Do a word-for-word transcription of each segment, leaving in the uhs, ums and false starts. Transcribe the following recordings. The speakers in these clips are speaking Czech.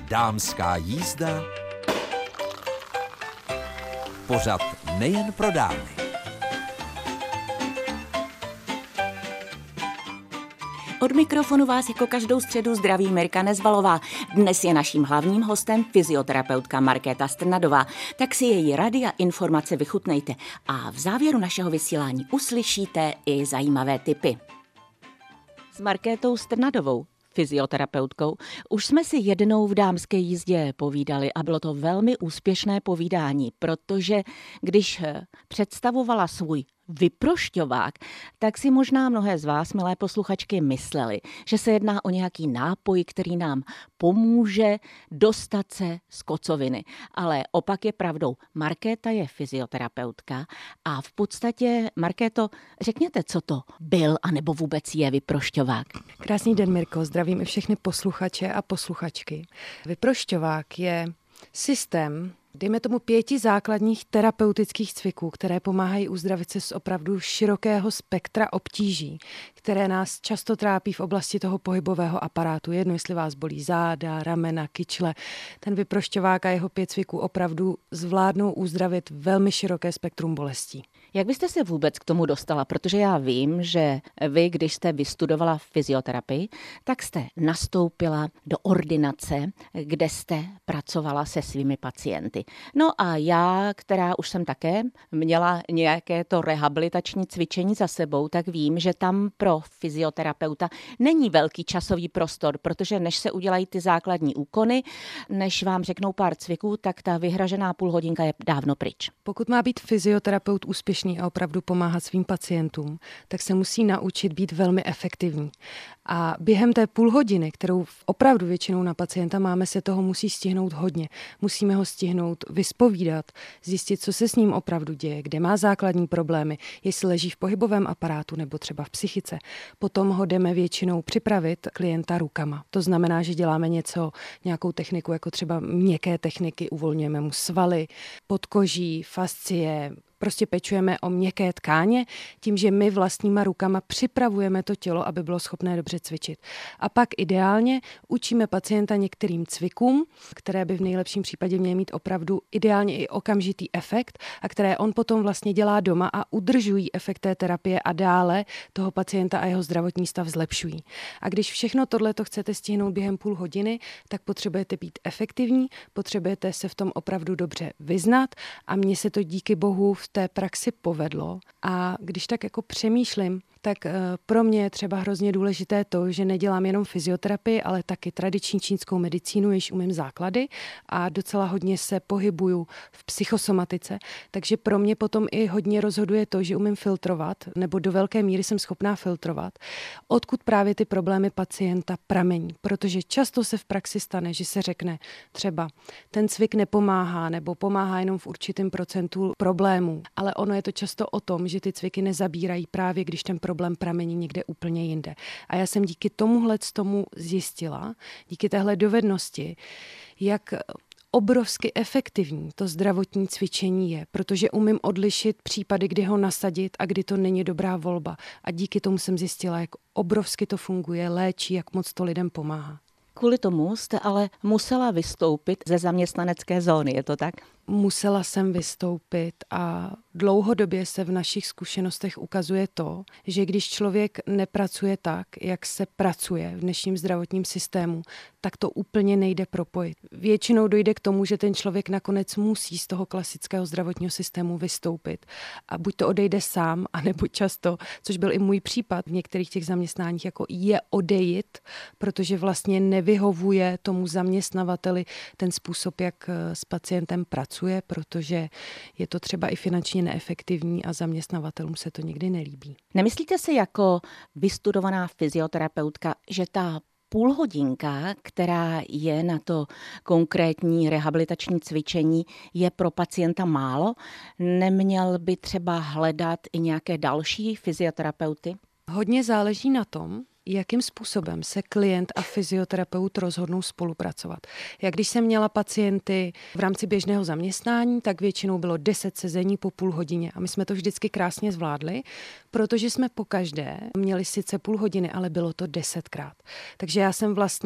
Dámská jízda, pořad nejen pro dámy. Od mikrofonu vás jako každou středu zdraví Mirka Nezvalová. Dnes je naším hlavním hostem fyzioterapeutka Markéta Strnadová. Tak si její rady a informace vychutnejte. A v závěru našeho vysílání uslyšíte i zajímavé tipy. S Markétou Strnadovou, fyzioterapeutkou, už jsme si jednou v dámské jízdě povídali a bylo to velmi úspěšné povídání, protože když představovala svůj vyprošťovák, tak si možná mnohé z vás, milé posluchačky, mysleli, že se jedná o nějaký nápoj, který nám pomůže dostat se z kocoviny. Ale opak je pravdou. Markéta je fyzioterapeutka a v podstatě, Markéto, řekněte, co to byl anebo vůbec je vyprošťovák. Krásný den, Mirko, zdravím i všechny posluchače a posluchačky. Vyprošťovák je systém, dejme tomu pěti základních terapeutických cviků, které pomáhají uzdravit se z opravdu širokého spektra obtíží, které nás často trápí v oblasti toho pohybového aparátu. Jedno, jestli vás bolí záda, ramena, kyčle. Ten vyprošťovák a jeho pět cviků opravdu zvládnou uzdravit velmi široké spektrum bolestí. Jak byste se vůbec k tomu dostala? Protože já vím, že vy, když jste vystudovala fyzioterapii, tak jste nastoupila do ordinace, kde jste pracovala se svými pacienty. No a já, která už jsem také měla nějaké to rehabilitační cvičení za sebou, tak vím, že tam pro fyzioterapeuta není velký časový prostor, protože než se udělají ty základní úkony, než vám řeknou pár cviků, tak ta vyhražená půl hodinka je dávno pryč. Pokud má být fyzioterapeut úspěšný a opravdu pomáhat svým pacientům, tak se musí naučit být velmi efektivní. A během té půl hodiny, kterou opravdu většinou na pacienta máme, se toho musí stihnout hodně. Musíme ho stihnout vyspovídat, zjistit, co se s ním opravdu děje, kde má základní problémy, jestli leží v pohybovém aparátu nebo třeba v psychice. Potom ho jdeme většinou připravit klienta rukama. To znamená, že děláme něco, nějakou techniku, jako třeba měkké techniky, uvolňujeme mu svaly, podkoží, fascie. Prostě pečujeme o měkké tkáně tím, že my vlastníma rukama připravujeme to tělo, aby bylo schopné dobře cvičit. A pak ideálně učíme pacienta některým cvikům, které by v nejlepším případě měly mít opravdu ideálně i okamžitý efekt a které on potom vlastně dělá doma a udržují efekt té terapie a dále toho pacienta a jeho zdravotní stav zlepšují. A když všechno tohle to chcete stihnout během půl hodiny, tak potřebujete být efektivní, potřebujete se v tom opravdu dobře vyznat a mně se to díky bohu v té praxi povedlo. A když tak jako přemýšlím, tak pro mě je třeba hrozně důležité to, že nedělám jenom fyzioterapii, ale taky tradiční čínskou medicínu, jež umím základy a docela hodně se pohybuju v psychosomatice. Takže pro mě potom i hodně rozhoduje to, že umím filtrovat, nebo do velké míry jsem schopná filtrovat, odkud právě ty problémy pacienta pramení. Protože často se v praxi stane, že se řekne třeba ten cvik nepomáhá nebo pomáhá jenom v určitém procentu problémů. Ale ono je to často o tom, že ty cviky nezabírají právě, když ten problém pramení někde úplně jinde. A já jsem díky tomuhle tomu zjistila, díky téhle dovednosti, jak obrovsky efektivní to zdravotní cvičení je, protože umím odlišit případy, kdy ho nasadit a kdy to není dobrá volba. A díky tomu jsem zjistila, jak obrovsky to funguje, léčí, jak moc to lidem pomáhá. Kvůli tomu jste ale musela vystoupit ze zaměstnanecké zóny, je to tak? Musela jsem vystoupit a dlouhodobě se v našich zkušenostech ukazuje to, že když člověk nepracuje tak, jak se pracuje v dnešním zdravotním systému, tak to úplně nejde propojit. Většinou dojde k tomu, že ten člověk nakonec musí z toho klasického zdravotního systému vystoupit. A buď to odejde sám, anebo často, což byl i můj případ v některých těch zaměstnáních, jako je odejít, protože vlastně nevyhovuje tomu zaměstnavateli ten způsob, jak s pacientem pracuje. Protože je to třeba i finančně neefektivní a zaměstnavatelům se to někdy nelíbí. Nemyslíte si jako vystudovaná fyzioterapeutka, že ta půlhodinka, která je na to konkrétní rehabilitační cvičení, je pro pacienta málo? Neměl by třeba hledat i nějaké další fyzioterapeuty? Hodně záleží na tom, jakým způsobem se klient a fyzioterapeut rozhodnou spolupracovat. Jak když jsem měla pacienty v rámci běžného zaměstnání, tak většinou bylo deset sezení po půl hodině a my jsme to vždycky krásně zvládli, protože jsme pokaždé měli sice půl hodiny, ale bylo to desetkrát. Takže já jsem vlastně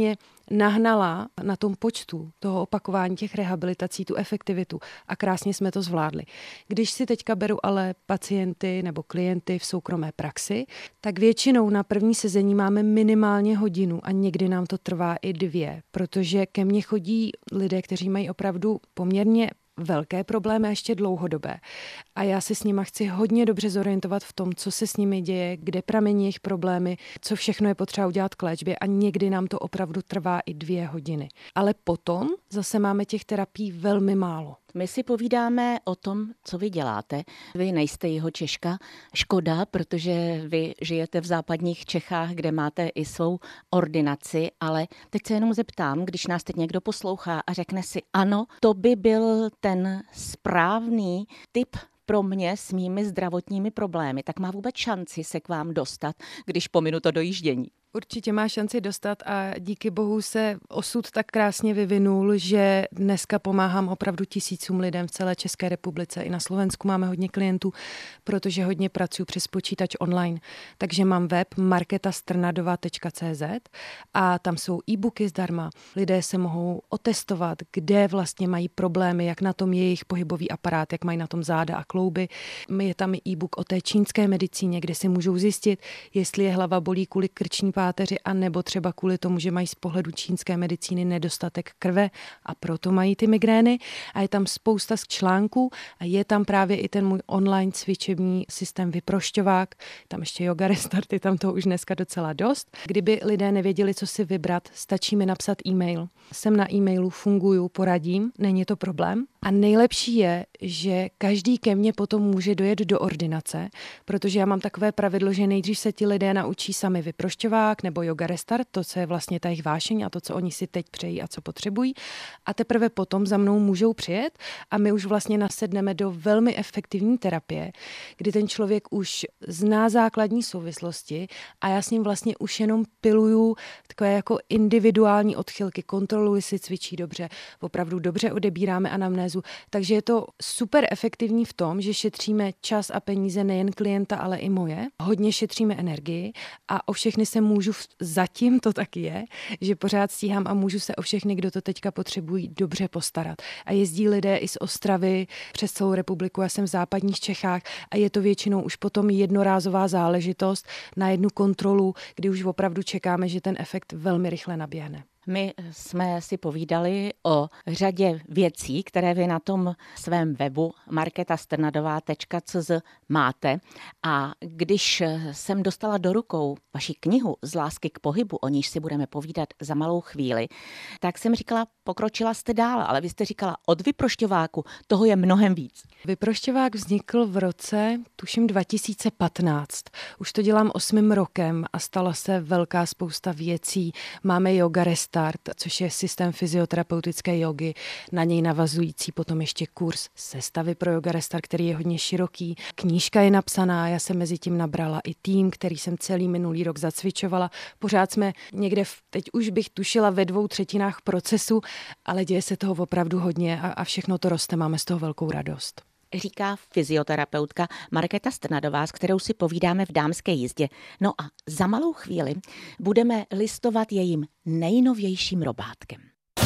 nahnala na tom počtu toho opakování těch rehabilitací tu efektivitu a krásně jsme to zvládli. Když si teďka beru ale pacienty nebo klienty v soukromé praxi, tak většinou na první sezení máme minimálně hodinu a někdy nám to trvá i dvě, protože ke mně chodí lidé, kteří mají opravdu poměrně velké problémy a ještě dlouhodobé. A já se s nima chci hodně dobře zorientovat v tom, co se s nimi děje, kde pramení jejich problémy, co všechno je potřeba udělat k léčbě a někdy nám to opravdu trvá i dvě hodiny. Ale potom zase máme těch terapií velmi málo. My si povídáme o tom, co vy děláte. Vy nejste Jihočeška, škoda, protože vy žijete v západních Čechách, kde máte i svou ordinaci, ale teď se jenom zeptám, když nás teď někdo poslouchá a řekne si, ano, to by byl ten správný typ pro mě s mými zdravotními problémy, tak má vůbec šanci se k vám dostat, když pominu to dojíždění? Určitě má šanci dostat a díky bohu se osud tak krásně vyvinul, že dneska pomáhám opravdu tisícům lidem v celé České republice. I na Slovensku máme hodně klientů, protože hodně pracuji přes počítač online. Takže mám web marketa strnadová tečka cé zet a tam jsou e-booky zdarma. Lidé se mohou otestovat, kde vlastně mají problémy, jak na tom je jejich pohybový aparát, jak mají na tom záda a klouby. Je tam i e-book o té čínské medicíně, kde si můžou zjistit, jestli je hlava bolí kvůli krční páteři a nebo třeba kvůli tomu, že mají z pohledu čínské medicíny nedostatek krve a proto mají ty migrény. A je tam spousta z článků a je tam právě i ten můj online cvičební systém Vyprošťovák. Tam ještě yoga restart, je tam toho už dneska docela dost. Kdyby lidé nevěděli, co si vybrat, stačí mi napsat e-mail. Jsem na e-mailu, funguju, poradím, není to problém. A nejlepší je, že každý ke mně potom může dojet do ordinace, protože já mám takové pravidlo, že nejdřív se ti lidé naučí sami Vyprošťovák nebo yoga restart, to, co je vlastně ta jejich vášeň a to, co oni si teď přejí a co potřebují. A teprve potom za mnou můžou přijet a my už vlastně nasedneme do velmi efektivní terapie, kdy ten člověk už zná základní souvislosti a já s ním vlastně už jenom piluju takové jako individuální odchylky, kontroluji si, cvičí dobře, opravdu dobře odebíráme anamnézu. Takže je to super efektivní v tom, že šetříme čas a peníze nejen klienta, ale i moje. Hodně šetříme energii a o všechny se můžu, zatím to tak je, že pořád stíhám a můžu se o všechny, kdo to teďka potřebují, dobře postarat. A jezdí lidé i z Ostravy přes celou republiku, já jsem v západních Čechách a je to většinou už potom jednorázová záležitost na jednu kontrolu, kdy už opravdu čekáme, že ten efekt velmi rychle naběhne. My jsme si povídali o řadě věcí, které vy na tom svém webu marketa strnadová tečka cé zet máte. A když jsem dostala do rukou vaši knihu Z lásky k pohybu, o níž si budeme povídat za malou chvíli, tak jsem říkala, pokročila jste dál, ale vy jste říkala, od Vyprošťováku toho je mnohem víc. Vyprošťovák vznikl v roce, tuším dva tisíce patnáct. Už to dělám osmým rokem a stala se velká spousta věcí. Máme yoga restart, což je systém fyzioterapeutické jogy, na něj navazující potom ještě kurz sestavy pro yoga restart, který je hodně široký. Knížka je napsaná, já jsem mezi tím nabrala i tým, který jsem celý minulý rok zacvičovala. Pořád jsme někde, v, teď už bych tušila ve dvou třetinách procesu, ale děje se toho opravdu hodně a, a všechno to roste, máme z toho velkou radost. Říká fyzioterapeutka Markéta Strnadová, s kterou si povídáme v Dámské jízdě. No a za malou chvíli budeme listovat jejím nejnovějším robátkem.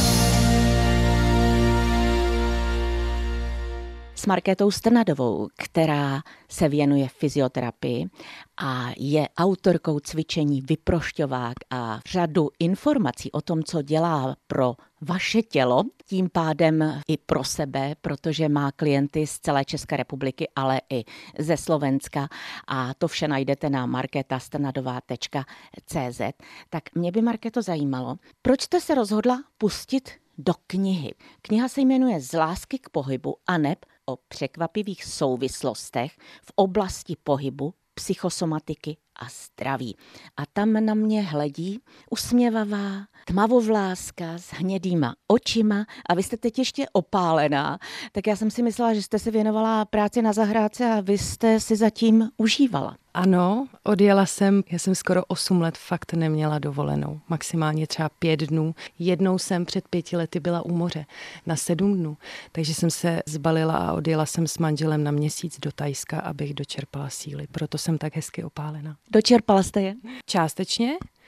S Markétou Strnadovou, která se věnuje fyzioterapii a je autorkou cvičení Vyprošťovák a řadu informací o tom, co dělá pro vaše tělo, tím pádem i pro sebe, protože má klienty z celé České republiky, ale i ze Slovenska a to vše najdete na marketa strnadová tečka cé zet. Tak mě by, Markéto, zajímalo, proč jste se rozhodla pustit do knihy. Kniha se jmenuje Z lásky k pohybu aneb o překvapivých souvislostech v oblasti pohybu, psychosomatiky a zdraví. A tam na mě hledí usměvavá, tmavovláska s hnědýma očima a vy jste teď ještě opálená, tak já jsem si myslela, že jste se věnovala práci na zahrádce a vy jste si zatím užívala. Ano, odjela jsem, já jsem skoro osm let fakt neměla dovolenou, maximálně třeba pět dnů. Jednou jsem před pěti lety byla u moře na sedm dnů, takže jsem se zbalila a odjela jsem s manželem na měsíc do Thajska, abych dočerpala síly, proto jsem tak hezky opálená. Dočerpala jste je? Částečně.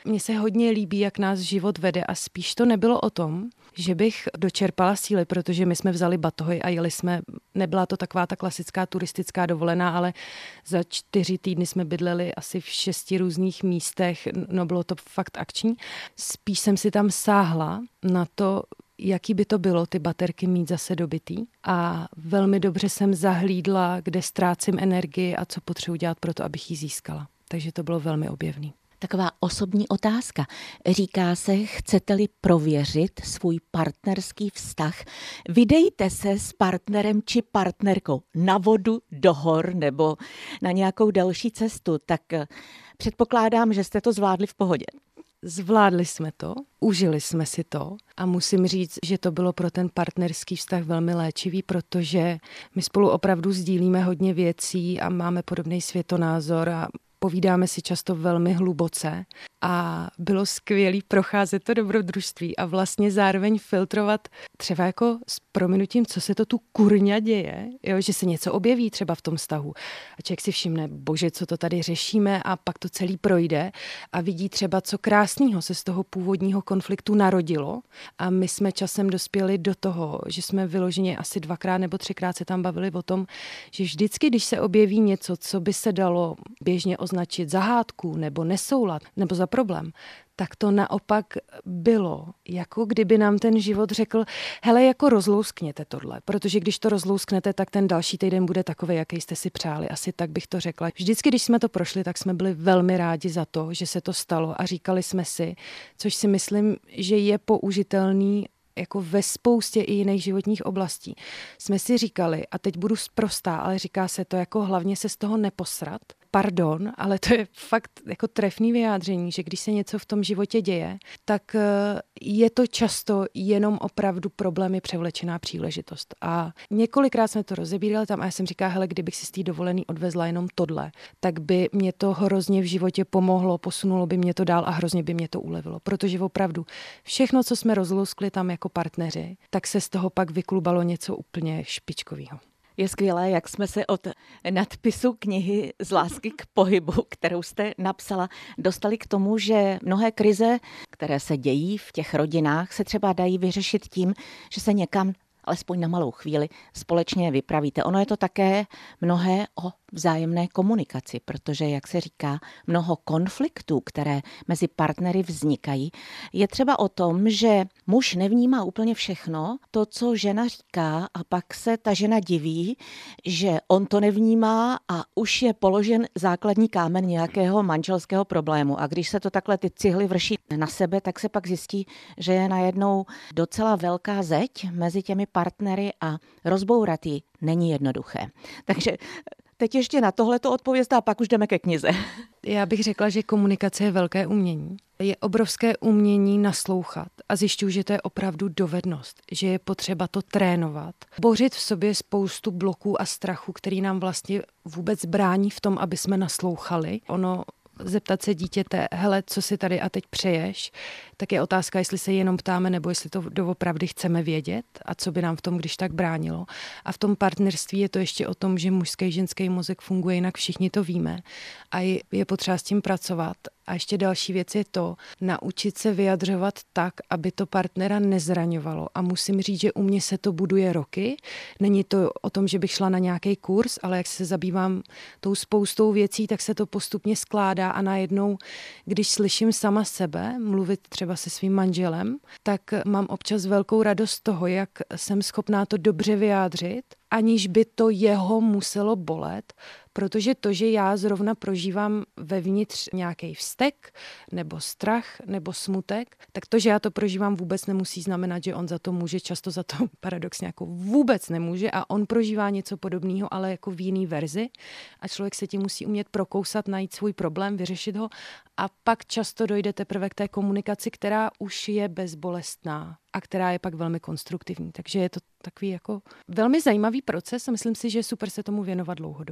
Mně se hodně líbí, jak nás život vede a spíš to nebylo o tom, že bych dočerpala síly, protože my jsme vzali batohy a jeli jsme, nebyla to taková ta klasická turistická dovolená, ale za čtyři týdny jsme bydleli asi v šesti různých místech, no bylo to fakt akční. Spíš jsem si tam sáhla na to, jaký by to bylo ty baterky mít zase dobitý a velmi dobře jsem zahlídla, kde ztrácím energii a co potřebuji dělat pro to, abych ji získala. Takže to bylo velmi objevný. Taková osobní otázka. Říká se, chcete-li prověřit svůj partnerský vztah, vydejte se s partnerem či partnerkou na vodu, do hor nebo na nějakou další cestu. Tak předpokládám, že jste to zvládli v pohodě. Zvládli jsme to, užili jsme si to a musím říct, že to bylo pro ten partnerský vztah velmi léčivý, protože my spolu opravdu sdílíme hodně věcí a máme podobný světonázor a povídáme si často velmi hluboce a bylo skvělý procházet to dobrodružství a vlastně zároveň filtrovat třeba jako s prominutím, co se to tu kurňa děje, jo, že se něco objeví třeba v tom vztahu a člověk si všimne, bože, co to tady řešíme a pak to celý projde a vidí třeba, co krásného se z toho původního konfliktu narodilo a my jsme časem dospěli do toho, že jsme vyloženě asi dvakrát nebo třikrát se tam bavili o tom, že vždycky, když se objeví něco, co by se dalo běžně označit za hádku nebo nesoulad nebo za problém, tak to naopak bylo, jako kdyby nám ten život řekl, hele, jako rozlouskněte tohle, protože když to rozlousknete, tak ten další týden bude takový, jaký jste si přáli, asi tak bych to řekla. Vždycky, když jsme to prošli, tak jsme byli velmi rádi za to, že se to stalo a říkali jsme si, což si myslím, že je použitelný jako ve spoustě i jiných životních oblastí. Jsme si říkali, a teď budu sprostá, ale říká se to jako hlavně se z toho neposrat. Pardon, ale to je fakt jako trefný vyjádření, že když se něco v tom životě děje, tak je to často jenom opravdu problémy převlečená příležitost. A několikrát jsme to rozebírali tam a já jsem říkala, hele, kdybych si z té dovolený odvezla jenom tohle, tak by mě to hrozně v životě pomohlo, posunulo by mě to dál a hrozně by mě to ulevilo. Protože opravdu všechno, co jsme rozlouskli tam jako partneři, tak se z toho pak vyklubalo něco úplně špičkového. Je skvělé, jak jsme se od nadpisu knihy Z lásky k pohybu, kterou jste napsala, dostali k tomu, že mnohé krize, které se dějí v těch rodinách, se třeba dají vyřešit tím, že se někam alespoň na malou chvíli společně vypravíte. Ono je to také mnohé o vzájemné komunikaci, protože, jak se říká, mnoho konfliktů, které mezi partnery vznikají, je třeba o tom, že muž nevnímá úplně všechno, to, co žena říká, a pak se ta žena diví, že on to nevnímá a už je položen základní kámen nějakého manželského problému. A když se to takhle ty cihly vrší na sebe, tak se pak zjistí, že je najednou docela velká zeď mezi těmi partnery a rozbourat ji není jednoduché. Takže teď ještě na tohleto odpovězte a pak už jdeme ke knize. Já bych řekla, že komunikace je velké umění. Je obrovské umění naslouchat a zjišťuji, že to je opravdu dovednost, že je potřeba to trénovat. Bořit v sobě spoustu bloků a strachu, který nám vlastně vůbec brání v tom, aby jsme naslouchali. Ono zeptat se dítěte, hele, co si tady a teď přeješ, tak je otázka, jestli se jenom ptáme, nebo jestli to doopravdy chceme vědět a co by nám v tom když tak bránilo. A v tom partnerství je to ještě o tom, že mužský ženský mozek funguje jinak, všichni to víme a je, je potřeba s tím pracovat. A ještě další věc je to, naučit se vyjadřovat tak, aby to partnera nezraňovalo. A musím říct, že u mě se to buduje roky. Není to o tom, že bych šla na nějaký kurz, ale jak se zabývám tou spoustou věcí, tak se to postupně skládá a najednou, když slyším sama sebe mluvit třeba se svým manželem, tak mám občas velkou radost z toho, jak jsem schopná to dobře vyjádřit, aniž by to jeho muselo bolet, protože to, že já zrovna prožívám vevnitř nějaký vztek, nebo strach, nebo smutek, tak to, že já to prožívám, vůbec nemusí znamenat, že on za to může, často za to paradoxně jako vůbec nemůže a on prožívá něco podobného, ale jako v jiný verzi a člověk se tím musí umět prokousat, najít svůj problém, vyřešit ho a pak často dojde teprve k té komunikaci, která už je bezbolestná a která je pak velmi konstruktivní. Takže je to takový jako velmi zajímavý proces a myslím si, že je super se tomu věnovat dlouhodobě.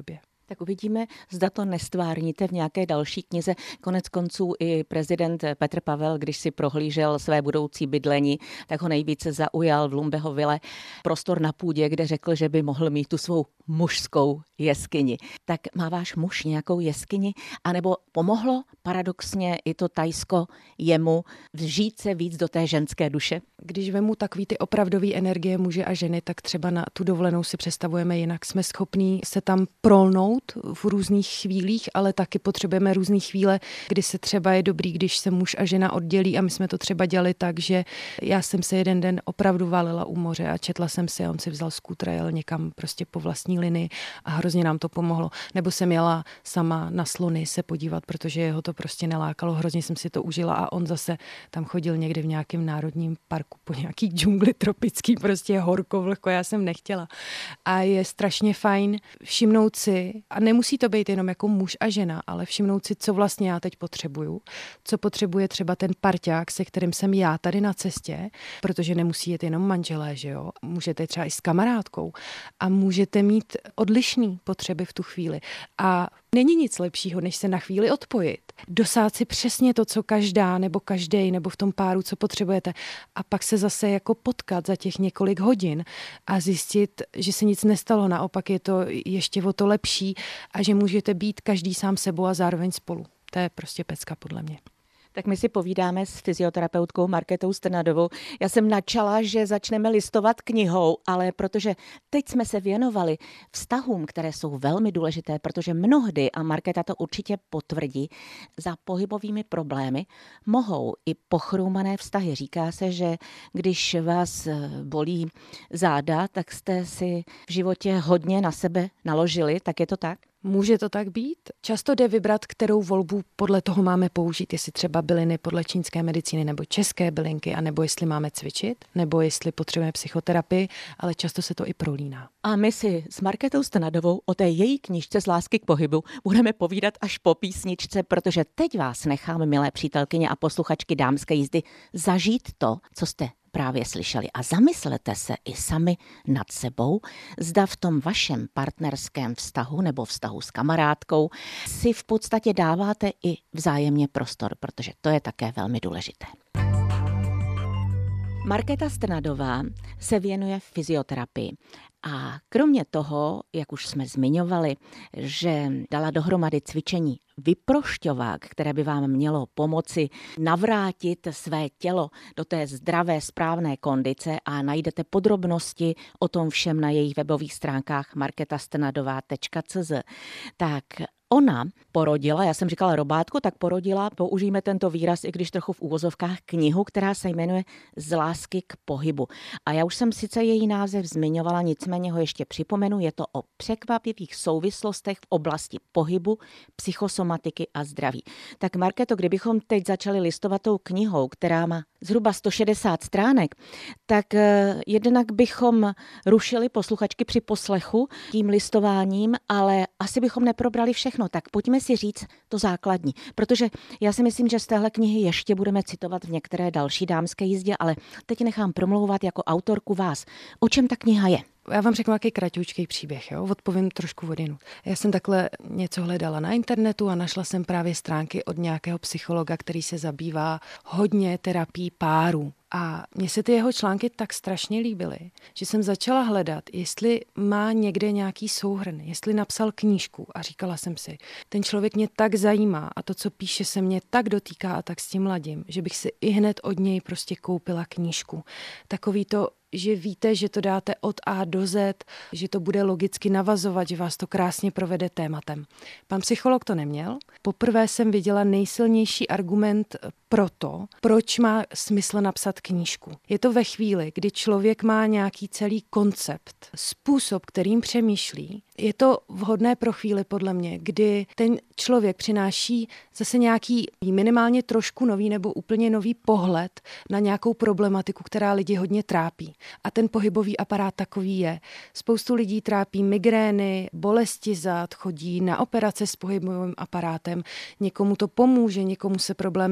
Tak uvidíme, zda to nestvárníte v nějaké další knize. Konec konců i prezident Petr Pavel, když si prohlížel své budoucí bydlení, tak ho nejvíce zaujal v Lumbehovile prostor na půdě, kde řekl, že by mohl mít tu svou mužskou jeskyni. Tak má váš muž nějakou jeskyni? A nebo pomohlo paradoxně i to Thajsko jemu vžít se víc do té ženské duše? Když vemu takový ty opravdový energie muže a ženy, tak třeba na tu dovolenou si představujeme jinak. Jsme schopní se tam prolnout v různých chvílích, ale taky potřebujeme různé chvíle, kdy se třeba je dobrý, když se muž a žena oddělí, a my jsme to třeba dělali tak, že já jsem se jeden den opravdu válila u moře a četla jsem si a on si vzal skútr a jel někam prostě po vlastní linii a hrozně nám to pomohlo. Nebo jsem jela sama na slony se podívat, protože jeho to prostě nelákalo, hrozně jsem si to užila a on zase tam chodil někde v nějakém národním parku po nějaký džungli tropický, prostě horko, vlhko, já jsem nechtěla. A je strašně fajn všimnout si, a nemusí to být jenom jako muž a žena, ale všimnout si, co vlastně já teď potřebuju, co potřebuje třeba ten parťák, se kterým jsem já tady na cestě, protože nemusí jet jenom manželé, že jo, můžete třeba i s kamarádkou a můžete mít odlišné potřeby v tu chvíli. A není nic lepšího, než se na chvíli odpojit. Dosát si přesně to, co každá nebo každej nebo v tom páru, co potřebujete, a pak se zase jako potkat za těch několik hodin a zjistit, že se nic nestalo, naopak je to ještě o to lepší a že můžete být každý sám sebou a zároveň spolu. To je prostě pecka podle mě. Tak my si povídáme s fyzioterapeutkou Markétou Strnadovou. Já jsem načala, že začneme listovat knihou, ale protože teď jsme se věnovali vztahům, které jsou velmi důležité, protože mnohdy, a Markéta to určitě potvrdí, za pohybovými problémy mohou i pochroumané vztahy. Říká se, že když vás bolí záda, tak jste si v životě hodně na sebe naložili, tak je to tak? Může to tak být? Často jde vybrat, kterou volbu podle toho máme použít, jestli třeba byliny podle čínské medicíny nebo české bylinky, anebo jestli máme cvičit, nebo jestli potřebujeme psychoterapii, ale často se to i prolíná. A my si s Markétou Strnadovou o té její knížce Z lásky k pohybu budeme povídat až po písničce, protože teď vás nechám, milé přítelkyně a posluchačky Dámské jízdy, zažít to, co jste právě slyšeli. A zamyslete se i sami nad sebou, zda v tom vašem partnerském vztahu nebo vztahu s kamarádkou si v podstatě dáváte i vzájemně prostor, protože to je také velmi důležité. Markéta Strnadová se věnuje fyzioterapii. A kromě toho, jak už jsme zmiňovali, že dala dohromady cvičení vyprošťovák, které by vám mělo pomoci navrátit své tělo do té zdravé, správné kondice, a najdete podrobnosti o tom všem na jejich webových stránkách marketa strnadová tečka cé zet, tak ona porodila, já jsem říkala robátko, tak porodila, použijeme tento výraz, i když trochu v úvozovkách, knihu, která se jmenuje Z lásky k pohybu. A já už jsem sice její název zmiňovala, nicméně ho ještě připomenu, je to o překvapivých souvislostech v oblasti pohybu, psychosomatiky a zdraví. Tak Markéto, kdybychom teď začali listovat tou knihou, která má zhruba sto šedesát stránek, tak jednak bychom rušili posluchačky při poslechu tím listováním, ale asi bychom neprobrali všechno. Tak pojďme si říct to základní, protože já si myslím, že z téhle knihy ještě budeme citovat v některé další dámské jízdě, ale teď nechám promlouvat jako autorku vás. O čem ta kniha je? Já vám řeknu nějaký kratoučký příběh, jo? Odpovím trošku vodinu. Já jsem takhle něco hledala na internetu a našla jsem právě stránky od nějakého psychologa, který se zabývá hodně terapií párů. A mně se ty jeho články tak strašně líbily, že jsem začala hledat, jestli má někde nějaký souhrn, jestli napsal knížku, a říkala jsem si, ten člověk mě tak zajímá a to, co píše, se mě tak dotýká a tak s tím ladím, že bych si i hned od něj prostě koupila knížku. Takový to, že víte, že to dáte od A do Z, že to bude logicky navazovat, že vás to krásně provede tématem. Pan psycholog to neměl. Poprvé jsem viděla nejsilnější argument pro to, proč má smysl napsat knížku. Je to ve chvíli, kdy člověk má nějaký celý koncept, způsob, kterým přemýšlí. Je to vhodné pro chvíli, podle mě, kdy ten člověk přináší zase nějaký minimálně trošku nový nebo úplně nový pohled na nějakou problematiku, která lidi hodně trápí. A ten pohybový aparát takový je. Spoustu lidí trápí migrény, bolesti zad, chodí na operace s pohybovým aparátem. Někomu to pomůže, někomu se problémy vrátí.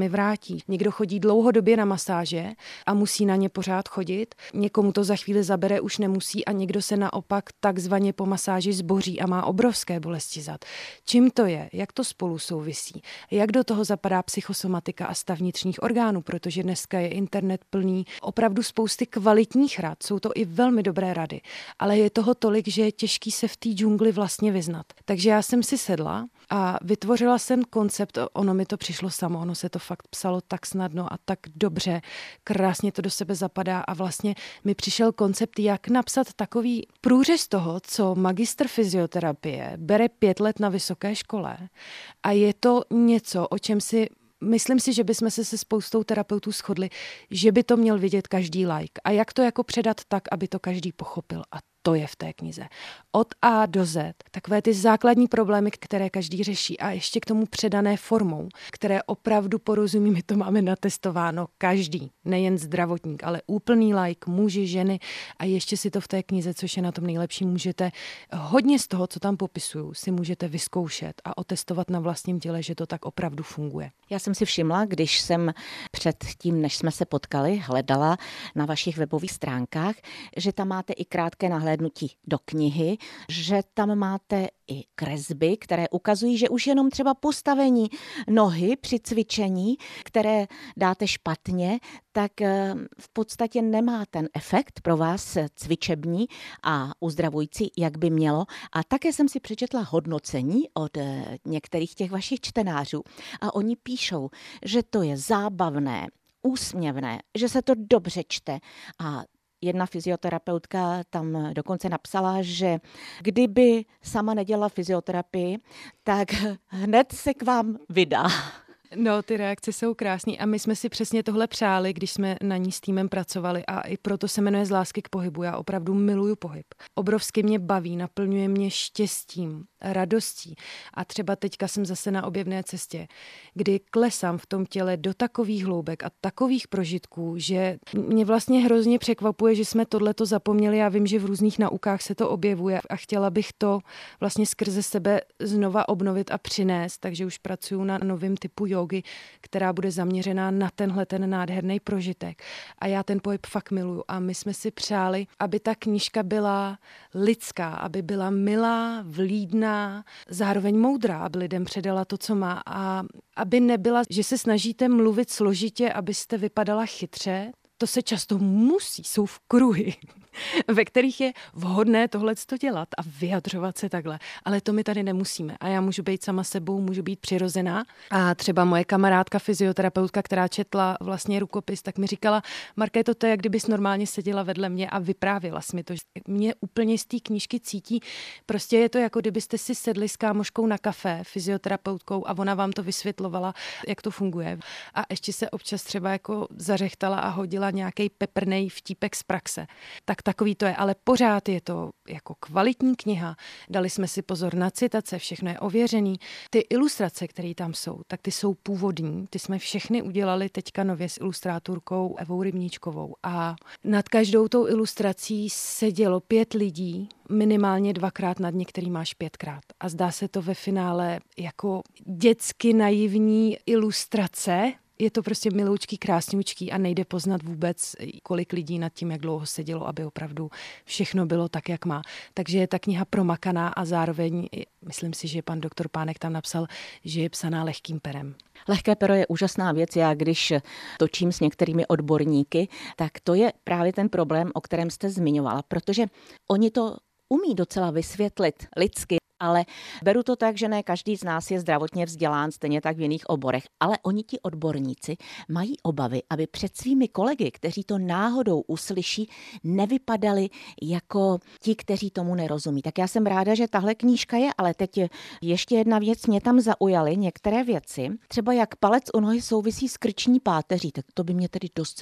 platí. Někdo chodí dlouhodobě na masáže a musí na ně pořád chodit. Někomu to za chvíli zabere, už nemusí a někdo se naopak takzvaně po masáži zboří a má obrovské bolesti zad. Čím to je? Jak to spolu souvisí? Jak do toho zapadá psychosomatika a stav vnitřních orgánů? Protože dneska je internet plný opravdu spousty kvalitních rad. Jsou to i velmi dobré rady, ale je toho tolik, že je těžký se v té džungli vlastně vyznat. Takže já jsem si sedla a vytvořila jsem koncept, ono mi to přišlo samo, ono se to fakt psalo tak snadno a tak dobře, krásně to do sebe zapadá a vlastně mi přišel koncept, jak napsat takový průřez toho, co magistr fyzioterapie bere pět let na vysoké škole a je to něco, o čem si myslím si, že bychom se se spoustou terapeutů shodli, že by to měl vidět každý laik. A jak to jako předat tak, aby to každý pochopil. A to je v té knize. Od A do Z. Takové ty základní problémy, které každý řeší a ještě k tomu předané formou, které opravdu porozumí, my to máme natestováno každý, nejen zdravotník, ale úplný laik, muži, ženy a ještě si to v té knize, což je na tom nejlepší, můžete hodně z toho, co tam popisuju, si můžete vyzkoušet a otestovat na vlastním těle, že to tak opravdu funguje. Já jsem si všimla, když jsem před tím, než jsme se potkali, hledala na vašich webových stránkách, že tam máte i krátké nahlédnutí do knihy, že tam máte i kresby, které ukazují, že už jenom třeba postavení nohy při cvičení, které dáte špatně, tak v podstatě nemá ten efekt pro vás cvičební a uzdravující, jak by mělo. A také jsem si přečetla hodnocení od některých těch vašich čtenářů a oni píšou, že to je zábavné, úsměvné, že se to dobře čte a jedna fyzioterapeutka tam dokonce napsala, že kdyby sama nedělala fyzioterapii, tak hned se k vám vydá. No, ty reakce jsou krásné a my jsme si přesně tohle přáli, když jsme na ní s týmem pracovali a i proto se jmenuje Z lásky k pohybu. Já opravdu miluju pohyb. Obrovsky mě baví, naplňuje mě štěstím, radostí a třeba teďka jsem zase na objevné cestě, kdy klesám v tom těle do takových hloubek a takových prožitků, že mě vlastně hrozně překvapuje, že jsme tohleto zapomněli. Já vím, že v různých naukách se to objevuje a chtěla bych to vlastně skrze sebe znova obnovit a přinést, takže už pracuju na novém typu jógy, která bude zaměřená na tenhle ten nádherný prožitek. A já ten pohyb fakt miluju a my jsme si přáli, aby ta knížka byla lidská, aby byla milá, vlídná, zároveň moudrá, aby lidem předala to, co má a aby nebyla, že se snažíte mluvit složitě, abyste vypadala chytře. To se často musí, jsou v kruhy, ve kterých je vhodné tohleto dělat a vyjadřovat se takhle. Ale to my tady nemusíme. A já můžu být sama sebou, můžu být přirozená. A třeba moje kamarádka, fyzioterapeutka, která četla vlastně rukopis, tak mi říkala, Markéto, to je, jak kdybys normálně seděla vedle mě a vyprávěla jsi mi to. Mě úplně z té knížky cítí, prostě je to jako kdybyste si sedli s kámoškou na kafe, fyzioterapeutkou a ona vám to vysvětlovala, jak to funguje. A ještě se občas třeba jako zařechtala a hodila nějaký peprnej vtípek z praxe. Tak takový to je, ale pořád je to jako kvalitní kniha. Dali jsme si pozor na citace, všechno je ověřený. Ty ilustrace, které tam jsou, tak ty jsou původní. Ty jsme všechny udělali teďka nově s ilustrátorkou Evou Rybníčkovou. A nad každou tou ilustrací sedělo pět lidí, minimálně dvakrát, nad některý máš pětkrát. A zdá se to ve finále jako dětsky naivní ilustrace. Je to prostě miloučký, krásňoučký a nejde poznat vůbec, kolik lidí nad tím, jak dlouho sedělo, aby opravdu všechno bylo tak, jak má. Takže je ta kniha promakaná a zároveň, myslím si, že pan doktor Pánek tam napsal, že je psaná lehkým perem. Lehké pero je úžasná věc. Já když točím s některými odborníky, tak to je právě ten problém, o kterém jste zmiňovala, protože oni to umí docela vysvětlit lidsky, ale beru to tak, že ne každý z nás je zdravotně vzdělán, stejně tak v jiných oborech, ale oni ti odborníci mají obavy, aby před svými kolegy, kteří to náhodou uslyší, nevypadali jako ti, kteří tomu nerozumí. Tak já jsem ráda, že tahle knížka je, ale teď ještě jedna věc, mě tam zaujaly některé věci, třeba jak palec u nohy souvisí s krční páteří, tak to by mě tedy dost zajímalo.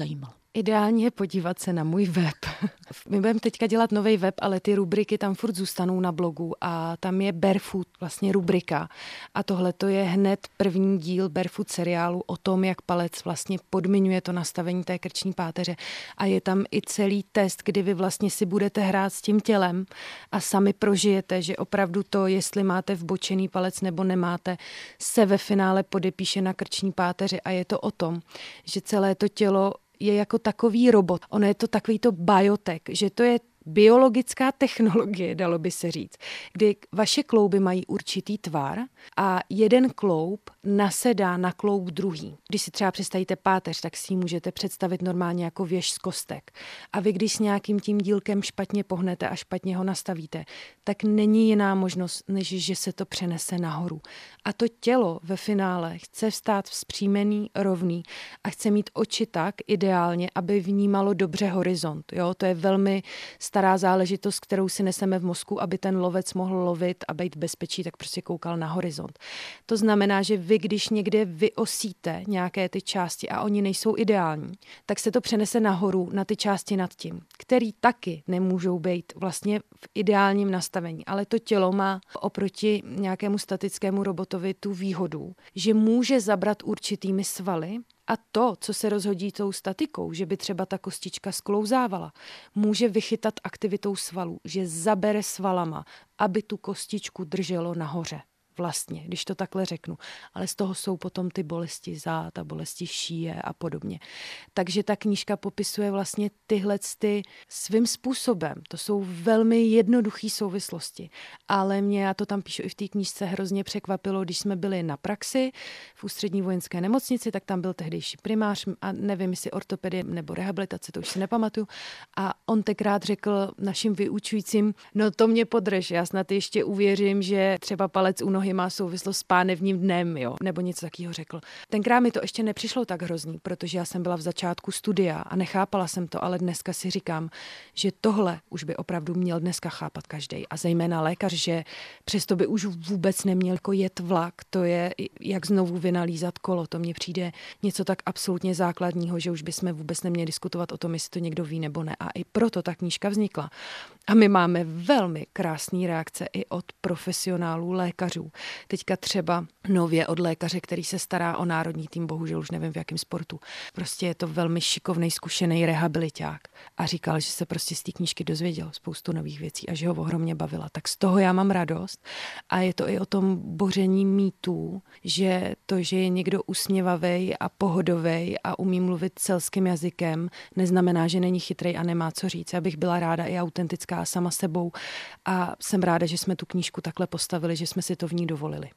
Ideálně je podívat se na můj web. My budeme teďka dělat nový web, ale ty rubriky tam furt zůstanou na blogu a tam je Barefoot, vlastně rubrika. A tohle to je hned první díl Barefoot seriálu o tom, jak palec vlastně podmiňuje to nastavení té krční páteře. A je tam i celý test, kdy vy vlastně si budete hrát s tím tělem a sami prožijete, že opravdu to, jestli máte vbočený palec nebo nemáte, se ve finále podepíše na krční páteři. A je to o tom, že celé to tělo je jako takový robot. Ono je to takový to biotech, že to je biologická technologie, dalo by se říct, kdy vaše klouby mají určitý tvar a jeden kloub nasedá na kloub druhý. Když si třeba představíte páteř, tak si ji můžete představit normálně jako věž z kostek. A vy, když s nějakým tím dílkem špatně pohnete a špatně ho nastavíte, tak není jiná možnost, než že se to přenese nahoru. A to tělo ve finále chce vstát vzpřímený, rovný a chce mít oči tak ideálně, aby vnímalo dobře horizont. Jo? To je velmi stará záležitost, kterou si neseme v mozku, aby ten lovec mohl lovit a být v bezpečí, tak prostě koukal na horizont. To znamená, že vy, když někde vyosíte nějaké ty části a oni nejsou ideální, tak se to přenese nahoru na ty části nad tím, který taky nemůžou být vlastně v ideálním nastavení. Ale to tělo má oproti nějakému statickému robotovi tu výhodu, že může zabrat určitými svaly. A to, co se rozhodí tou statikou, že by třeba ta kostička sklouzávala, může vychytat aktivitou svalů, že zabere svalama, aby tu kostičku drželo nahoře. Vlastně, když to takhle řeknu. Ale z toho jsou potom ty bolesti zad a bolesti šíje a podobně. Takže ta knížka popisuje vlastně tyhle ty svým způsobem. To jsou velmi jednoduché souvislosti. Ale mě, já to tam píšu i v té knížce, hrozně překvapilo, když jsme byli na praxi v Ústřední vojenské nemocnici, tak tam byl tehdejší primář a nevím, jestli ortopedie nebo rehabilitace, to už si nepamatuju. A on tenkrát řekl našim vyučujícím, no to mě podrž, já snad ještě uvěřím, že třeba palec u nohy má souvislost s pánevním dnem, jo, nebo něco takového řekl. Tenkrát mi to ještě nepřišlo tak hrozný, protože já jsem byla v začátku studia a nechápala jsem to, ale dneska si říkám, že tohle už by opravdu měl dneska chápat každej a zejména lékař, že přesto by už vůbec neměl jako jet vlak, to je jak znovu vynalízat kolo, to mně přijde něco tak absolutně základního, že už bychom vůbec neměli diskutovat o tom, jestli to někdo ví nebo ne. A i proto ta knížka vznikla. A my máme velmi krásné reakce i od profesionálů, lékařů. Teďka třeba nově od lékaře, který se stará o národní tým, bohužel už nevím v jakém sportu. Prostě je to velmi šikovnej, zkušený rehabiliták. A říkal, že se prostě z té knížky dozvěděl spoustu nových věcí a že ho ohromně bavila. Tak z toho já mám radost. A je to i o tom boření mýtů, že to, že je někdo usměvavej a pohodovej a umí mluvit selským jazykem, neznamená, že není chytrej a nemá co říct. Já bych byla ráda i autentická sama sebou a jsem ráda, že jsme tu knížku takhle postavili, že jsme si to v ní dovolili.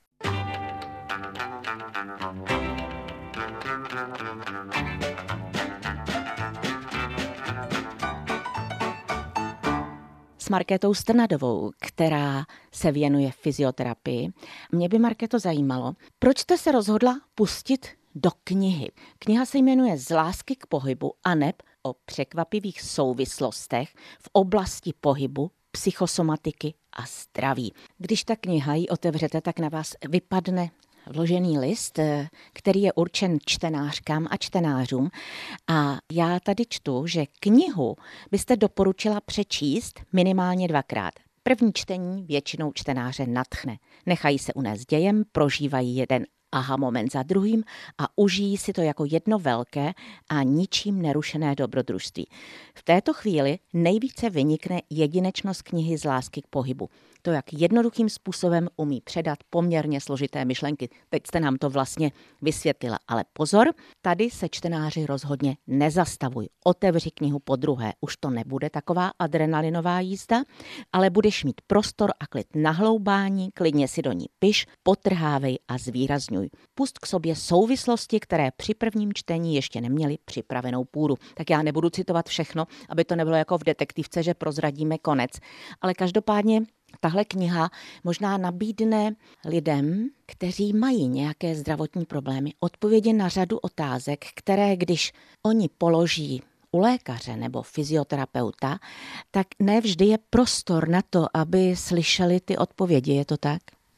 S Markétou Strnadovou, která se věnuje fyzioterapii. Mě by, Markéto, zajímalo, proč jste se rozhodla pustit do knihy. Kniha se jmenuje Z lásky k pohybu aneb o překvapivých souvislostech v oblasti pohybu, psychosomatiky a zdraví. Když ta kniha ji otevřete, tak na vás vypadne vložený list, který je určen čtenářkám a čtenářům. A já tady čtu, že knihu byste doporučila přečíst minimálně dvakrát. První čtení většinou čtenáře nadchne. Nechají se unést dějem, prožívají jeden aha moment za druhým a užijí si to jako jedno velké a ničím nerušené dobrodružství. V této chvíli nejvíce vynikne jedinečnost knihy Z lásky k pohybu. To, jak jednoduchým způsobem umí předat poměrně složité myšlenky. Teď jste nám to vlastně vysvětlila. Ale pozor, tady se čtenáři rozhodně nezastavuj. Otevři knihu podruhé. Už to nebude taková adrenalinová jízda, ale budeš mít prostor a klid na hloubání, klidně si do ní piš, potrhávej a zvýrazňuj. Pust k sobě souvislosti, které při prvním čtení ještě neměly připravenou půdu. Tak já nebudu citovat všechno, aby to nebylo jako v detektivce, že prozradíme konec. Ale každopádně tahle kniha možná nabídne lidem, kteří mají nějaké zdravotní problémy, odpovědi na řadu otázek, které když oni položí u lékaře nebo fyzioterapeuta, tak ne vždy je prostor na to, aby slyšeli ty odpovědi. Je to tak?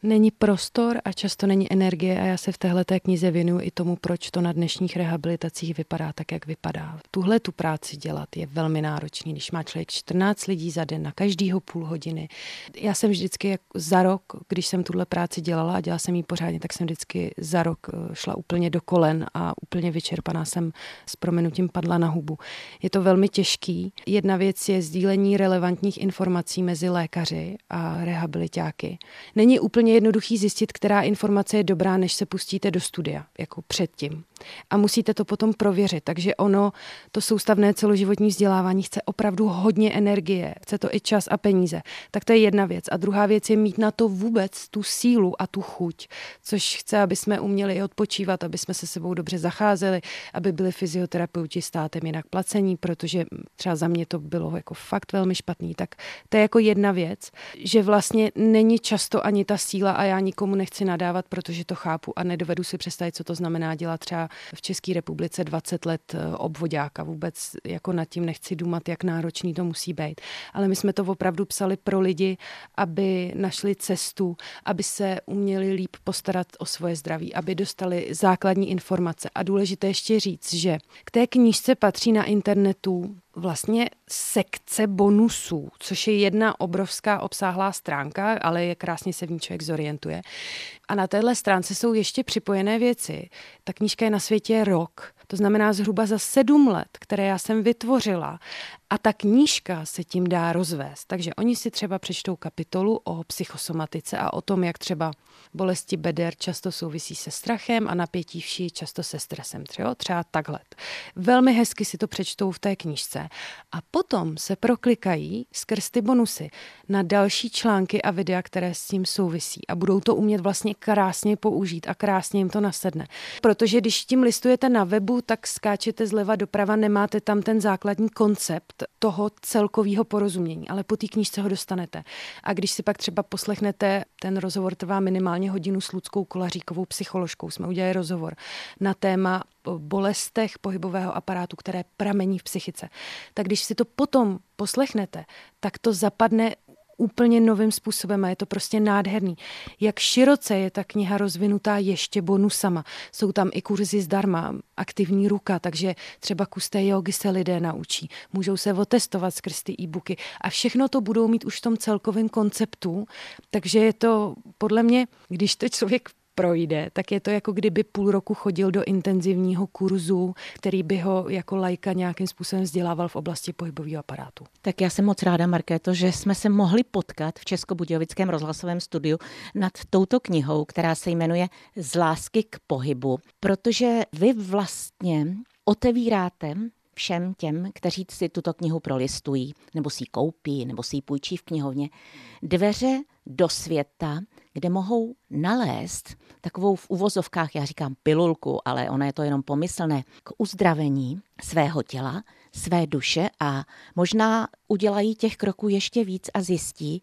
Není prostor a často není energie a já se v téhleté knize věnuju i tomu, proč to na dnešních rehabilitacích vypadá tak, jak vypadá. Tuhle tu práci dělat je velmi náročný, když má člověk čtrnáct lidí za den na každýho půl hodiny. Já jsem vždycky za rok, když jsem tuhle práci dělala a dělala jsem ji pořádně, tak jsem vždycky za rok šla úplně do kolen a úplně vyčerpaná jsem s prominutím padla na hubu. Je to velmi těžký. Jedna věc je sdílení relevantních informací mezi lékaři a rehabilitáky. Není úplně jednoduchý zjistit, která informace je dobrá, než se pustíte do studia, jako předtím. A musíte to potom prověřit. Takže ono, to soustavné celoživotní vzdělávání chce opravdu hodně energie, chce to i čas a peníze. Tak to je jedna věc. A druhá věc je mít na to vůbec tu sílu a tu chuť, což chce, aby jsme uměli i odpočívat, aby jsme se sebou dobře zacházeli, aby byli fyzioterapeuti státem jinak placení, protože třeba za mě to bylo jako fakt velmi špatný. Tak to je jako jedna věc, že vlastně není často ani ta síla a já nikomu nechci nadávat, protože to chápu a nedovedu si představit, co to znamená dělat třeba v České republice dvacet let obvoďáka. Vůbec jako nad tím nechci důmat, jak náročný to musí být. Ale my jsme to opravdu psali pro lidi, aby našli cestu, aby se uměli líp postarat o svoje zdraví, aby dostali základní informace. A důležité ještě říct, že k té knížce patří na internetu vlastně sekce bonusů, což je jedna obrovská obsáhlá stránka, ale je krásně se v ní člověk zorientuje. A na téhle stránce jsou ještě připojené věci. Ta knížka je na světě rok, to znamená zhruba za sedm let, které já jsem vytvořila. A ta knížka se tím dá rozvést. Takže oni si třeba přečtou kapitolu o psychosomatice a o tom, jak třeba bolesti beder často souvisí se strachem a napětí vší často se stresem. Třeba, třeba takhle. Velmi hezky si to přečtou v té knížce. A potom se proklikají skrz ty bonusy na další články a videa, které s tím souvisí. A budou to umět vlastně krásně použít a krásně jim to nasedne. Protože když tím listujete na webu, tak skáčete zleva doprava, nemáte tam ten základní koncept toho celkového porozumění, ale po té knížce ho dostanete. A když si pak třeba poslechnete, ten rozhovor trvá minimálně hodinu s Ludskou Kolaříkovou, psycholožkou, jsme udělali rozhovor na téma bolestech pohybového aparátu, které pramení v psychice. Tak když si to potom poslechnete, tak to zapadne úplně novým způsobem a je to prostě nádherný. Jak široce je ta kniha rozvinutá ještě bonusama. Jsou tam i kurzy zdarma, aktivní ruka, takže třeba kus té jógy se lidé naučí. Můžou se otestovat skrz ty e-booky a všechno to budou mít už v tom celkovém konceptu, takže je to podle mě, když to člověk projde, tak je to jako kdyby půl roku chodil do intenzivního kurzu, který by ho jako laika nějakým způsobem vzdělával v oblasti pohybového aparátu. Tak já jsem moc ráda, Markéto, že jsme se mohli potkat v Českobudějovickém rozhlasovém studiu nad touto knihou, která se jmenuje Z lásky k pohybu, protože vy vlastně otevíráte všem těm, kteří si tuto knihu prolistují, nebo si ji koupí, nebo si ji půjčí v knihovně, dveře do světa, kde mohou nalézt takovou v uvozovkách, já říkám pilulku, ale ona je to jenom pomyslné, k uzdravení svého těla, své duše a možná udělají těch kroků ještě víc a zjistí,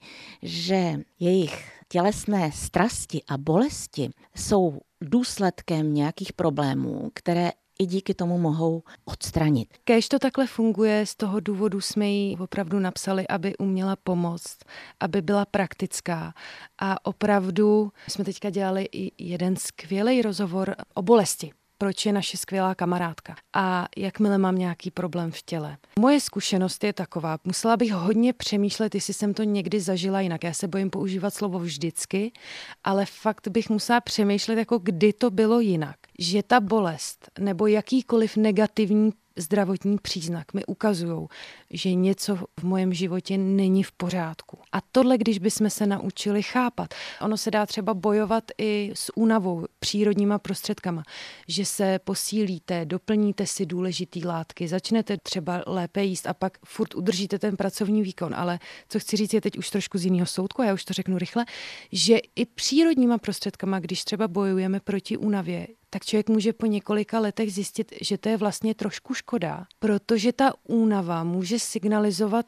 že jejich tělesné strasti a bolesti jsou důsledkem nějakých problémů, které i díky tomu mohou odstranit. Kéž to takhle funguje, z toho důvodu jsme ji opravdu napsali, aby uměla pomoct, aby byla praktická. A opravdu jsme teďka dělali i jeden skvělý rozhovor o bolesti. Proč je naše skvělá kamarádka a jakmile mám nějaký problém v těle. Moje zkušenost je taková, musela bych hodně přemýšlet, jestli jsem to někdy zažila jinak. Já se bojím používat slovo vždycky, ale fakt bych musela přemýšlet, jako kdy to bylo jinak. Že ta bolest nebo jakýkoliv negativní zdravotní příznak mi ukazují, že něco v mém životě není v pořádku. A tohle, když bychom se naučili chápat, ono se dá třeba bojovat i s únavou, přírodníma prostředkama, že se posílíte, doplníte si důležitý látky, začnete třeba lépe jíst a pak furt udržíte ten pracovní výkon. Ale co chci říct je teď už trošku z jiného soudku, a já už to řeknu rychle, že i přírodníma prostředkama, když třeba bojujeme proti únavě, tak člověk může po několika letech zjistit, že to je vlastně trošku škoda, protože ta únava může signalizovat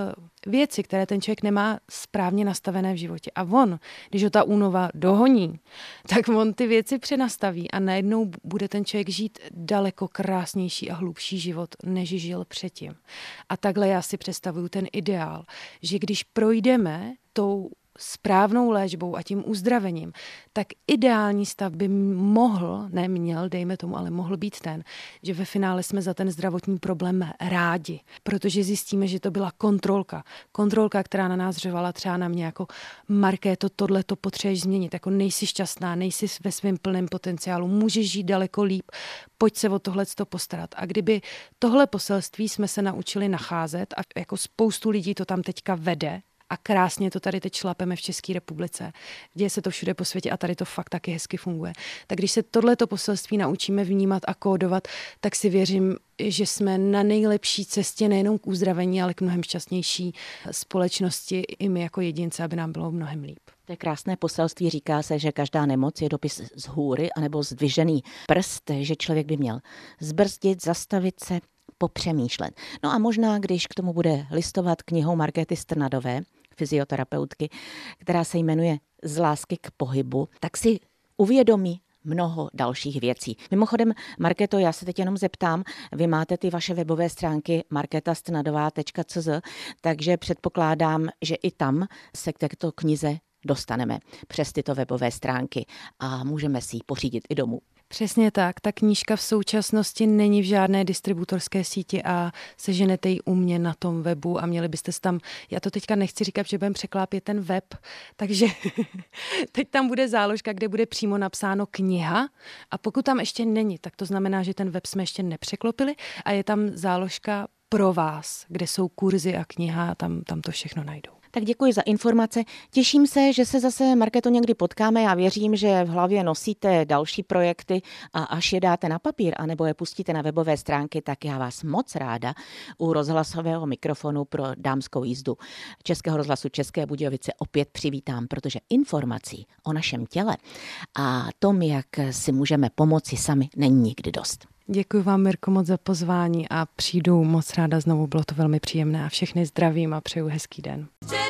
věci, které ten člověk nemá správně nastavené v životě. A on, když ho ta únava dohoní, tak on ty věci přenastaví a najednou bude ten člověk žít daleko krásnější a hlubší život, než žil předtím. A takhle já si představuju ten ideál, že když projdeme tou správnou léčbou a tím uzdravením, tak ideální stav by mohl, ne měl, dejme tomu, ale mohl být ten, že ve finále jsme za ten zdravotní problém rádi, protože zjistíme, že to byla kontrolka. Kontrolka, která na nás řevala třeba na mě jako Markéto, tohle to potřebuješ změnit, jako nejsi šťastná, nejsi ve svém plném potenciálu, můžeš žít daleko líp, pojď se o tohleto postarat. A kdyby tohle poselství jsme se naučili nacházet a jako spoustu lidí to tam teďka vede, a krásně to tady teď šlapeme v České republice. Děje se to všude po světě a tady to fakt taky hezky funguje. Tak když se tohleto poselství naučíme vnímat a kódovat, tak si věřím, že jsme na nejlepší cestě nejenom k uzdravení, ale k mnohem šťastnější společnosti i my jako jedince, aby nám bylo mnohem líp. To je krásné poselství. Říká se, že každá nemoc je dopis z hůry anebo zdvižený prst, že člověk by měl zbrzdit, zastavit se, popřemýšlet. No a možná, když k tomu bude listovat knihou Markéty Strnadové, fyzioterapeutky, která se jmenuje Z lásky k pohybu, tak si uvědomí mnoho dalších věcí. Mimochodem, Markéto, já se teď jenom zeptám, vy máte ty vaše webové stránky markéta strnadová tečka cé zet, takže předpokládám, že i tam se k této knize dostaneme přes tyto webové stránky a můžeme si ji pořídit i domů. Přesně tak. Ta knížka v současnosti není v žádné distributorské síti a seženete ji u mě na tom webu a měli byste se tam, já to teďka nechci říkat, že budeme překlápět ten web, takže teď tam bude záložka, kde bude přímo napsáno kniha a pokud tam ještě není, tak to znamená, že ten web jsme ještě nepřeklopili a je tam záložka pro vás, kde jsou kurzy a kniha a tam, tam to všechno najdou. Tak děkuji za informace. Těším se, že se zase, Markéto, někdy potkáme. Já věřím, že v hlavě nosíte další projekty a až je dáte na papír anebo je pustíte na webové stránky, tak já vás moc ráda u rozhlasového mikrofonu pro dámskou jízdu Českého rozhlasu České Budějovice opět přivítám, protože informací o našem těle a tom, jak si můžeme pomoci sami, není nikdy dost. Děkuji vám, Mirko, moc za pozvání a přijdu moc ráda znovu, bylo to velmi příjemné a všechny zdravím a přeju hezký den.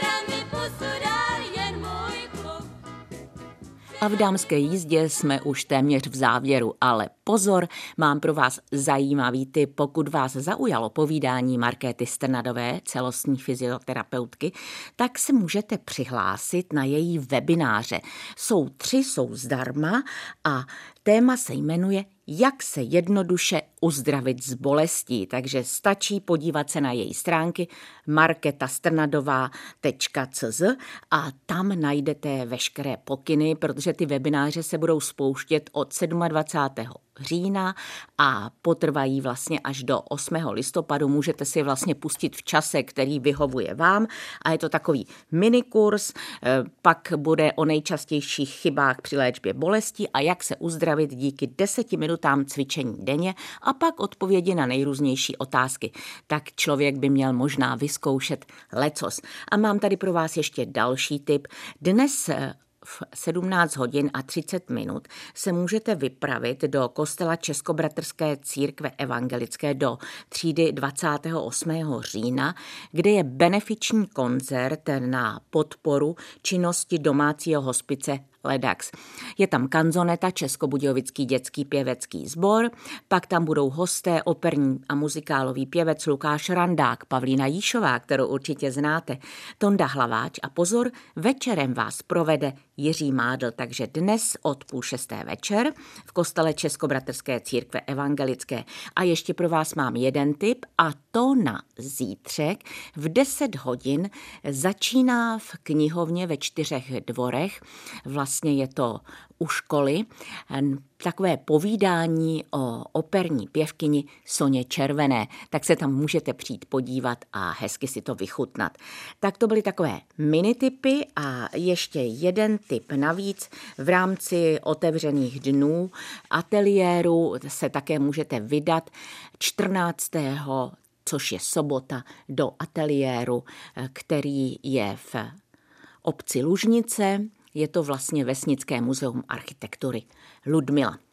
A v dámské jízdě jsme už téměř v závěru, ale pozor, mám pro vás zajímavý tip. Pokud vás zaujalo povídání Markéty Strnadové, celostní fyzioterapeutky, tak se můžete přihlásit na její webináře. Jsou tři, jsou zdarma a téma se jmenuje Jak se jednoduše uzdravit z bolestí, takže stačí podívat se na její stránky markéta strnadová tečka cé zet a tam najdete veškeré pokyny, protože ty webináře se budou spouštět od dvacátého sedmého října a potrvají vlastně až do osmého listopadu. Můžete si vlastně pustit v čase, který vyhovuje vám a je to takový minikurs, pak bude o nejčastějších chybách při léčbě bolestí a jak se uzdravit díky deseti minutám cvičení denně a pak odpovědi na nejrůznější otázky. Tak člověk by měl možná vyzkoušet lecos. A mám tady pro vás ještě další tip. Dnes v sedmnáct hodin a třicet minut se můžete vypravit do kostela Českobratrské církve evangelické do třídy dvacátého osmého října, kde je benefiční koncert na podporu činnosti domácího hospice Ledax. Je tam kanzoneta, Českobudějovický dětský pěvecký sbor, pak tam budou hosté, operní a muzikálový pěvec Lukáš Randák, Pavlína Jíšová, kterou určitě znáte, Tonda Hlaváč a pozor, večerem vás provede Jiří Mádl, takže dnes od půl šesté večer v kostele Českobratrské církve evangelické. A ještě pro vás mám jeden tip a to na zítřek v deset hodin začíná v knihovně ve Čtyřech dvorech, vlastně je to u školy, takové povídání o operní pěvkyni Soně Červené, tak se tam můžete přijít podívat a hezky si to vychutnat. Tak to byly takové minitipy a ještě jeden tip navíc. V rámci otevřených dnů ateliéru se také můžete vydat čtrnáctého což je sobota, do ateliéru, který je v obci Lužnice. Je to vlastně Vesnické muzeum architektury Ludmila.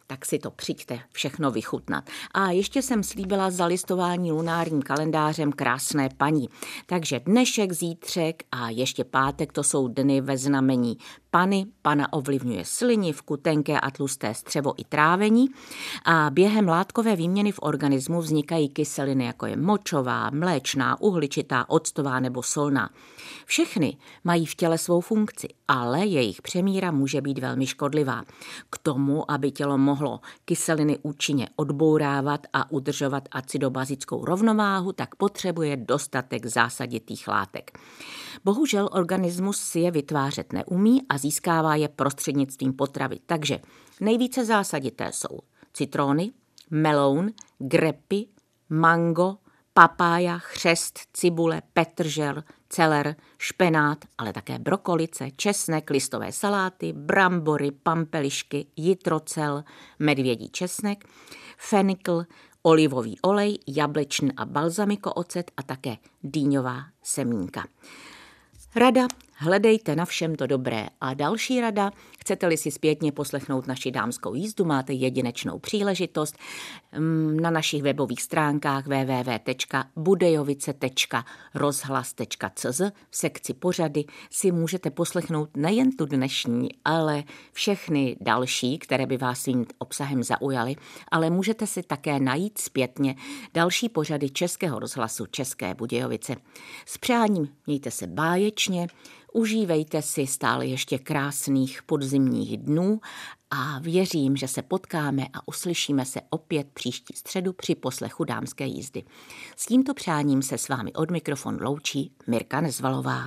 tak si to přijďte všechno vychutnat. A ještě jsem slíbila zalistování lunárním kalendářem krásné paní. Takže dnešek, zítřek a ještě pátek, to jsou dny ve znamení Pany. Pana ovlivňuje slinivku, tenké a tlusté střevo i trávení a během látkové výměny v organismu vznikají kyseliny, jako je močová, mléčná, uhličitá, octová nebo solná. Všechny mají v těle svou funkci, ale jejich přemíra může být velmi škodlivá. K tomu, aby tělo mohlo kyseliny účinně odbourávat a udržovat acidobazickou rovnováhu, tak potřebuje dostatek zásaditých látek. Bohužel organismus si je vytvářet neumí a získává je prostřednictvím potravy. Takže nejvíce zásadité jsou citrony, meloun, grepy, mango, papája, chřest, cibule, petržel, celer, špenát, ale také brokolice, česnek, listové saláty, brambory, pampelišky, jitrocel, medvědí česnek, fenikl, olivový olej, jablečný a balzamiko ocet a také dýňová semínka. Rada, hledejte na všem to dobré. A další rada, chcete-li si zpětně poslechnout naši dámskou jízdu, máte jedinečnou příležitost. Na našich webových stránkách w w w tečka budejovice tečka rozhlas tečka c z v sekci pořady si můžete poslechnout nejen tu dnešní, ale všechny další, které by vás svým obsahem zaujaly, ale můžete si také najít zpětně další pořady Českého rozhlasu České Budějovice. S přáním mějte se báječně, užívejte si stále ještě krásných podzimních dnů a věřím, že se potkáme a uslyšíme se opět příští středu při poslechu dámské jízdy. S tímto přáním se s vámi od mikrofonu loučí Mirka Nezvalová.